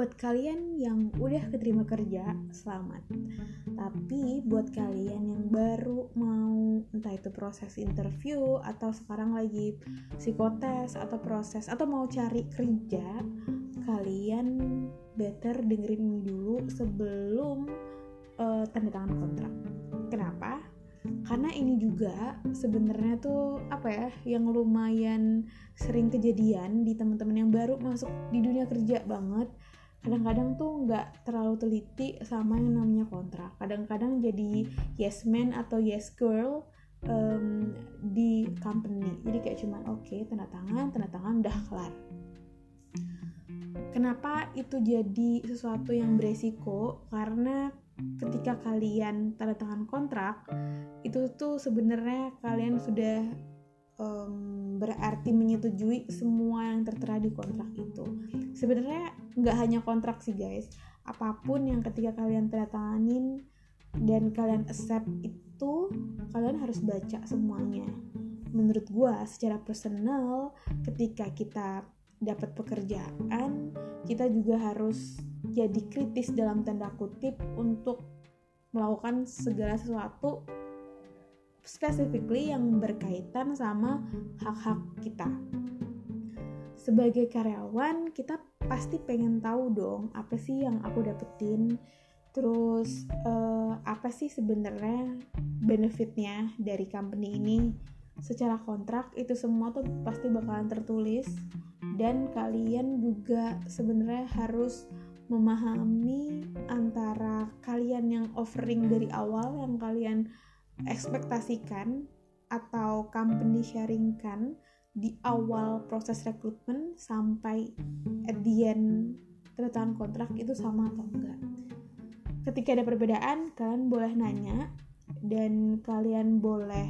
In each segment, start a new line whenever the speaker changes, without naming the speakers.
buat kalian yang udah keterima kerja, selamat. Tapi buat kalian yang baru mau, entah itu proses interview atau sekarang lagi psikotes atau proses atau mau cari kerja, kalian better dengerin ini dulu sebelum tanda tangan kontrak. Kenapa? Karena ini juga sebenarnya tuh yang lumayan sering kejadian di teman-teman yang baru masuk di dunia kerja banget. Kadang-kadang tuh nggak terlalu teliti sama yang namanya kontrak. Kadang-kadang jadi yes man atau yes girl di company. Jadi kayak cuman tanda tangan udah kelar. Kenapa itu jadi sesuatu yang beresiko? Karena ketika kalian tanda tangan kontrak, itu tuh sebenarnya kalian sudah berarti menyetujui semua yang tertera di kontrak itu. Sebenarnya nggak hanya kontrak sih guys, apapun yang ketika kalian tanda tanganin dan kalian accept itu, kalian harus baca semuanya. Menurut gua secara personal, ketika kita dapat pekerjaan, kita juga harus jadi kritis dalam tanda kutip untuk melakukan segala sesuatu specifically yang berkaitan sama hak-hak kita. Sebagai karyawan, kita pasti pengen tahu dong apa sih yang aku dapetin, terus apa sih sebenarnya benefitnya dari company ini. Secara kontrak itu semua tuh pasti bakalan tertulis, dan kalian juga sebenarnya harus memahami antara kalian yang offering dari awal yang kalian ekspektasikan atau company sharingkan di awal proses rekrutmen sampai at the end tanda tangan kontrak itu sama atau enggak. Ketika ada perbedaan, kalian boleh nanya dan kalian boleh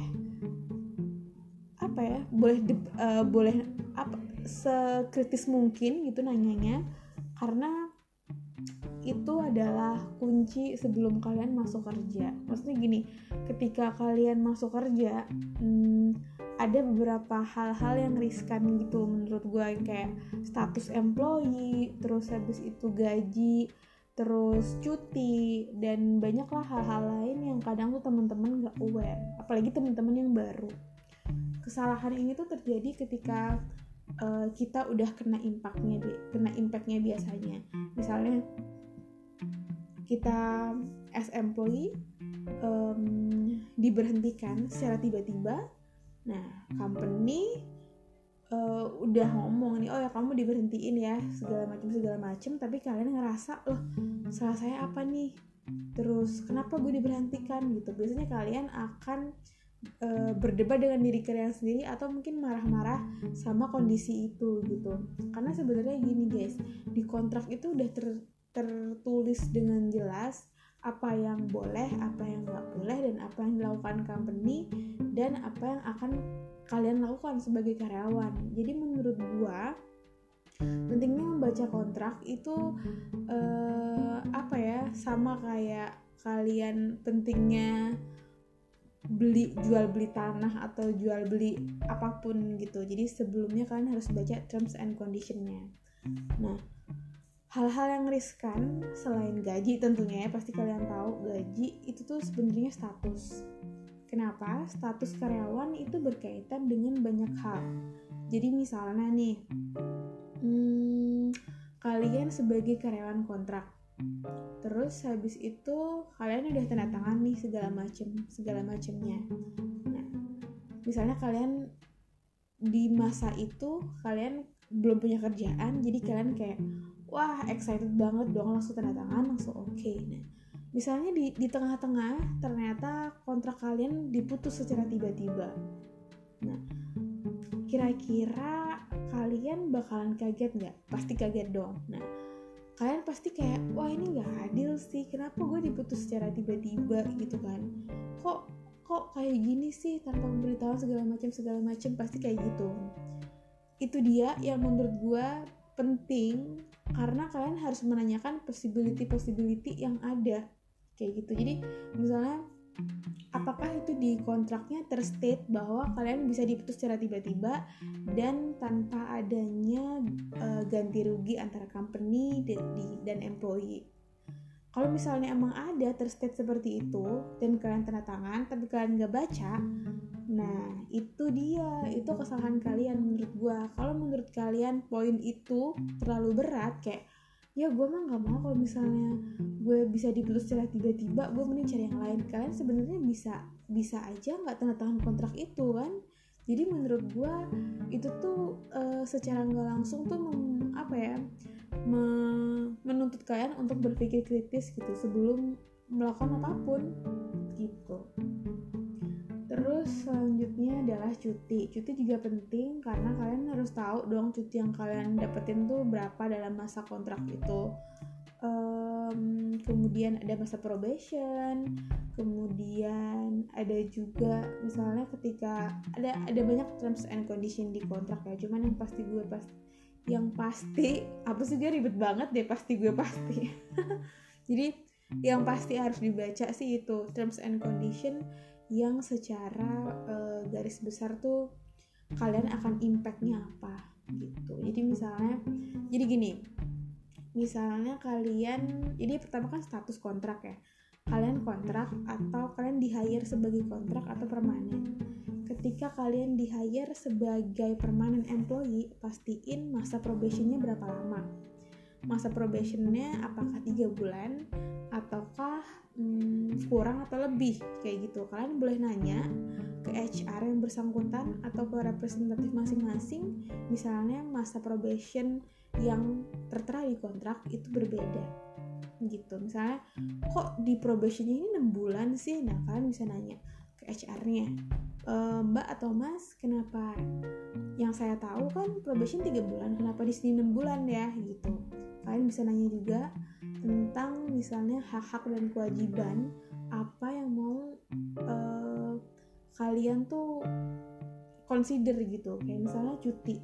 sekritis mungkin gitu nanyanya, karena itu adalah kunci sebelum kalian masuk kerja. Maksudnya gini, ketika kalian masuk kerja, ada beberapa hal-hal yang riskan gitu menurut gue, kayak status employee, terus habis itu gaji, terus cuti, dan banyaklah hal-hal lain yang kadang tuh teman-teman gak aware, apalagi teman-teman yang baru. Kesalahan ini tuh terjadi ketika kita udah kena impactnya biasanya. Misalnya kita as employee diberhentikan secara tiba-tiba. Nah, company udah ngomong nih, kamu diberhentiin ya, segala macam, tapi kalian ngerasa, salah saya apa nih? Terus kenapa gue diberhentikan gitu? Biasanya kalian akan berdebat dengan diri kalian sendiri atau mungkin marah-marah sama kondisi itu gitu. Karena sebenarnya gini guys, di kontrak itu udah tertulis dengan jelas apa yang boleh, apa yang nggak boleh, dan apa yang dilakukan company dan apa yang akan kalian lakukan sebagai karyawan. Jadi menurut gua pentingnya membaca kontrak itu sama kayak kalian pentingnya jual beli tanah atau jual beli apapun gitu. Jadi sebelumnya kalian harus baca terms and condition-nya. Nah, hal-hal yang riskan selain gaji tentunya ya, pasti kalian tahu gaji itu tuh sebenarnya status. Kenapa? Status karyawan itu berkaitan dengan banyak hal. Jadi misalnya nih, kalian sebagai karyawan kontrak, terus habis itu kalian udah tanda tangan nih segala macamnya. Nah, misalnya kalian di masa itu kalian belum punya kerjaan, jadi kalian kayak wah excited banget dong, langsung tanda tangan, langsung oke. Nah, misalnya di tengah-tengah ternyata kontrak kalian diputus secara tiba-tiba. Nah, kira-kira kalian bakalan kaget nggak? Pasti kaget dong. Nah, kalian pasti kayak, wah ini nggak adil sih, kenapa gue diputus secara tiba-tiba gitu kan? Kok kayak gini sih tanpa memberitahu segala macam, pasti kayak gitu. Itu dia yang menurut gue penting, karena kalian harus menanyakan possibility yang ada kayak gitu. Jadi misalnya apakah itu di kontraknya terstate bahwa kalian bisa diputus secara tiba-tiba dan tanpa adanya ganti rugi antara company dan employee. Kalau misalnya emang ada terstate seperti itu dan kalian tanda tangan tapi kalian nggak baca, nah itu kesalahan kalian menurut gue. Kalau menurut kalian poin itu terlalu berat, kayak ya gue mah nggak mau kalau misalnya gue bisa diputus secara tiba-tiba, gue mending cari yang lain. Kalian sebenarnya bisa aja nggak tanda tangan kontrak itu kan. Jadi menurut gue itu tuh secara nggak langsung tuh menuntut kalian untuk berpikir kritis gitu sebelum melakukan apapun gitu. Terus selanjutnya adalah cuti. Cuti juga penting karena kalian harus tahu dong cuti yang kalian dapetin tuh berapa dalam masa kontrak itu. Kemudian ada masa probation, kemudian ada juga misalnya ketika ada banyak terms and condition di kontrak ya. Cuman yang pasti apa sih, dia ribet banget deh, pasti. Jadi yang pasti harus dibaca sih itu terms and condition yang secara garis besar tuh kalian akan impactnya apa gitu. Jadi gini, misalnya kalian, jadi pertama kan status kontrak ya, kalian kontrak atau kalian di-hire sebagai kontrak atau permanen. Ketika kalian di-hire sebagai permanent employee, pastiin masa probationnya berapa lama. Masa probationnya apakah 3 bulan ataukah kurang atau lebih, kayak gitu. Kalian boleh nanya ke HR yang bersangkutan atau ke representatif masing-masing, misalnya masa probation yang tertera di kontrak itu berbeda gitu. Misalnya kok di probationnya ini 6 bulan sih, nah kalian bisa nanya ke HR-nya, Mbak atau Mas, kenapa yang saya tahu kan probation 3 bulan, kenapa di sini 6 bulan ya gitu. Kalian bisa nanya juga tentang misalnya hak-hak dan kewajiban apa yang mau kalian tuh consider gitu. Kayak misalnya cuti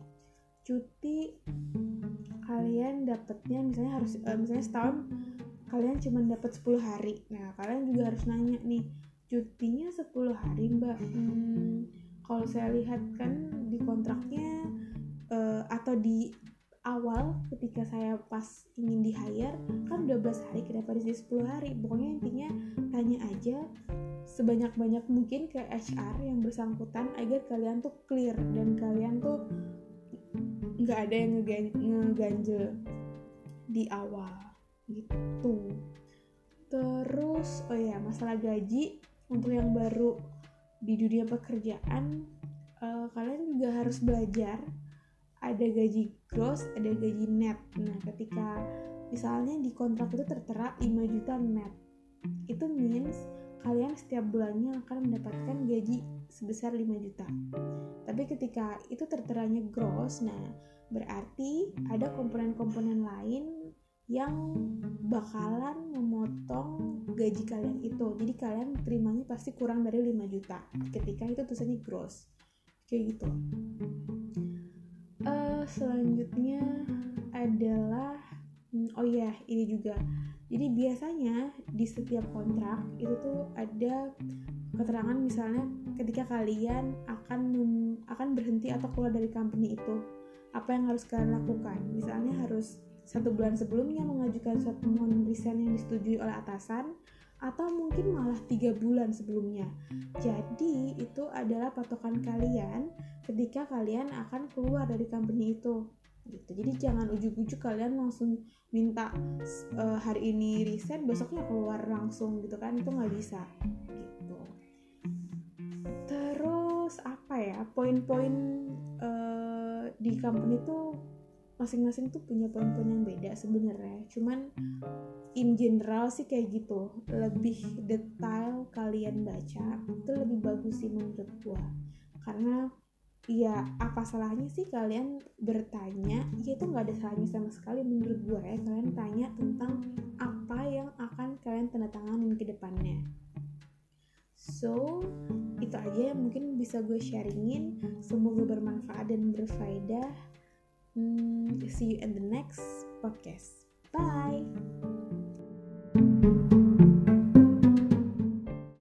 kalian dapatnya misalnya harus misalnya setahun kalian cuma dapat 10 hari. Nah kalian juga harus nanya nih, cutinya 10 hari mbak, kalau saya lihat kan di kontraknya atau di awal ketika saya pas ingin di-hire kan 12 hari, kenapa di sini 10 hari? Pokoknya intinya tanya aja sebanyak-banyak mungkin ke HR yang bersangkutan agar kalian tuh clear dan kalian tuh nggak ada yang ngeganjel di awal gitu. Terus masalah gaji untuk yang baru di dunia pekerjaan, kalian juga harus belajar ada gaji gross, ada gaji net. Nah ketika misalnya di kontrak itu tertera 5 juta net, itu means kalian setiap bulannya akan mendapatkan gaji sebesar 5 juta. Tapi ketika itu terteranya gross, nah berarti ada komponen-komponen lain yang bakalan memotong gaji kalian itu. Jadi kalian terimanya pasti kurang dari 5 juta ketika itu tulisannya gross. Kayak gitu. Selanjutnya adalah ini juga. Jadi biasanya di setiap kontrak itu tuh ada keterangan misalnya ketika kalian akan berhenti atau keluar dari company itu, apa yang harus kalian lakukan. Misalnya harus 1 bulan sebelumnya mengajukan surat permohonan resign yang disetujui oleh atasan, atau mungkin malah 3 bulan sebelumnya. Jadi itu adalah patokan kalian ketika kalian akan keluar dari company itu gitu. Jadi jangan ujuk-ujuk kalian langsung minta hari ini resign besoknya keluar langsung gitu kan, itu nggak bisa gitu. Terus poin-poin di company tuh masing-masing tuh punya poin-poin yang beda sebenarnya, cuman in general sih kayak gitu. Lebih detail kalian baca itu lebih bagus sih menurut gua, karena ya apa salahnya sih kalian bertanya, ya itu nggak ada salahnya sama sekali menurut gue ya. Kalian tanya tentang apa yang akan kalian tanda tanganin ke depannya. So itu aja yang mungkin bisa gue sharingin, semoga bermanfaat dan berfaedah. See you in the next podcast, bye.